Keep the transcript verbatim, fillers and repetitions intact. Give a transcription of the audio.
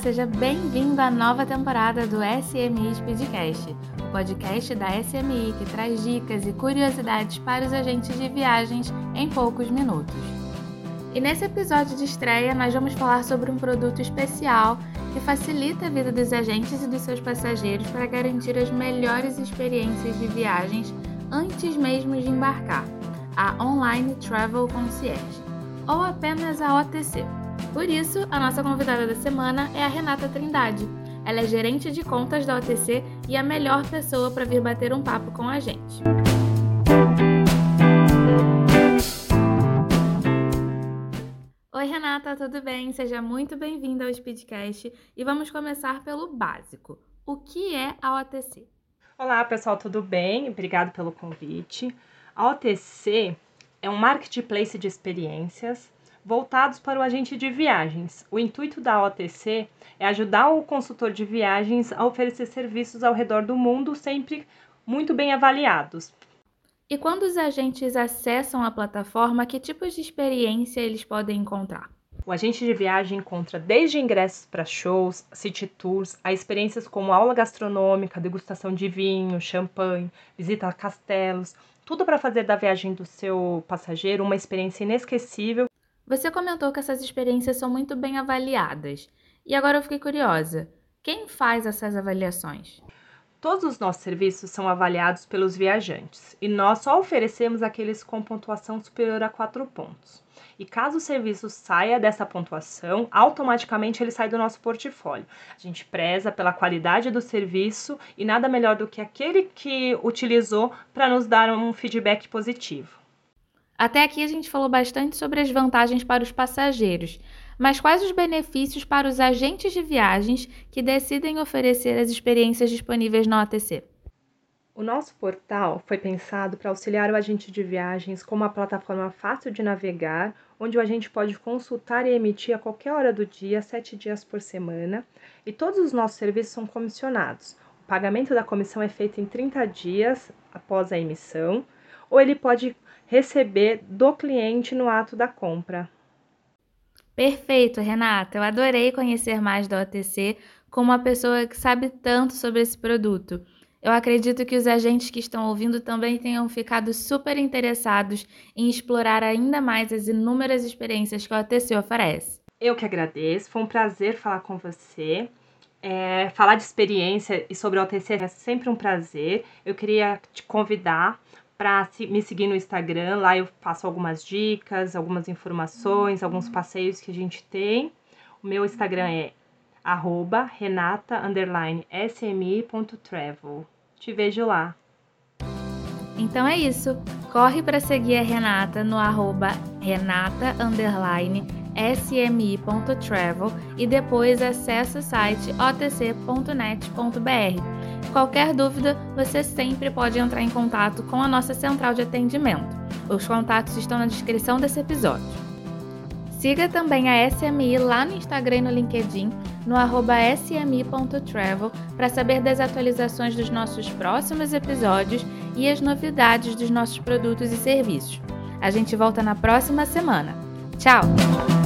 seja bem-vindo à nova temporada do S M I Speedcast, o podcast da S M I que traz dicas e curiosidades para os agentes de viagens em poucos minutos. E nesse episódio de estreia, nós vamos falar sobre um produto especial que facilita a vida dos agentes e dos seus passageiros para garantir as melhores experiências de viagens antes mesmo de embarcar, a Online Travel Concierge, ou apenas a O T C. Por isso, a nossa convidada da semana é a Renata Trindade. Ela é gerente de contas da O T C e a melhor pessoa para vir bater um papo com a gente. Oi, Renata, tudo bem? Seja muito bem-vinda ao Speedcast e vamos começar pelo básico. O que é a O T C? Olá, pessoal, tudo bem? Obrigado pelo convite. A O T C é um marketplace de experiências voltados para o agente de viagens. O intuito da O T C é ajudar o consultor de viagens a oferecer serviços ao redor do mundo, sempre muito bem avaliados. E quando os agentes acessam a plataforma, que tipos de experiência eles podem encontrar? O agente de viagem encontra desde ingressos para shows, city tours, a experiências como aula gastronômica, degustação de vinho, champanhe, visita a castelos, tudo para fazer da viagem do seu passageiro uma experiência inesquecível. Você comentou que essas experiências são muito bem avaliadas. E agora eu fiquei curiosa. Quem faz essas avaliações? Todos os nossos serviços são avaliados pelos viajantes e nós só oferecemos aqueles com pontuação superior a quatro pontos. E caso o serviço saia dessa pontuação, automaticamente ele sai do nosso portfólio. A gente preza pela qualidade do serviço e nada melhor do que aquele que utilizou para nos dar um feedback positivo. Até aqui a gente falou bastante sobre as vantagens para os passageiros, mas quais os benefícios para os agentes de viagens que decidem oferecer as experiências disponíveis na O T C? O nosso portal foi pensado para auxiliar o agente de viagens com uma plataforma fácil de navegar, onde o agente pode consultar e emitir a qualquer hora do dia, sete dias por semana, e todos os nossos serviços são comissionados. O pagamento da comissão é feito em trinta dias após a emissão, ou ele pode receber do cliente no ato da compra. Perfeito, Renata. Eu adorei conhecer mais da O T C com uma pessoa que sabe tanto sobre esse produto. Eu acredito que os agentes que estão ouvindo também tenham ficado super interessados em explorar ainda mais as inúmeras experiências que a O T C oferece. Eu que agradeço, foi um prazer falar com você. É, falar de experiência e sobre a O T C é sempre um prazer. Eu queria te convidar para me seguir no Instagram, lá eu passo algumas dicas, algumas informações, alguns passeios que a gente tem. O meu Instagram é arroba renata underline smi ponto travel. Te vejo lá. Então é isso. Corre para seguir a Renata no arroba renata underline smi ponto travel e depois acessa o site o t c ponto net ponto b r. Qualquer dúvida, você sempre pode entrar em contato com a nossa central de atendimento. Os contatos estão na descrição desse episódio. Siga também a S M I lá no Instagram e no LinkedIn, no arroba smi ponto travel, para saber das atualizações dos nossos próximos episódios e as novidades dos nossos produtos e serviços. A gente volta na próxima semana. Tchau!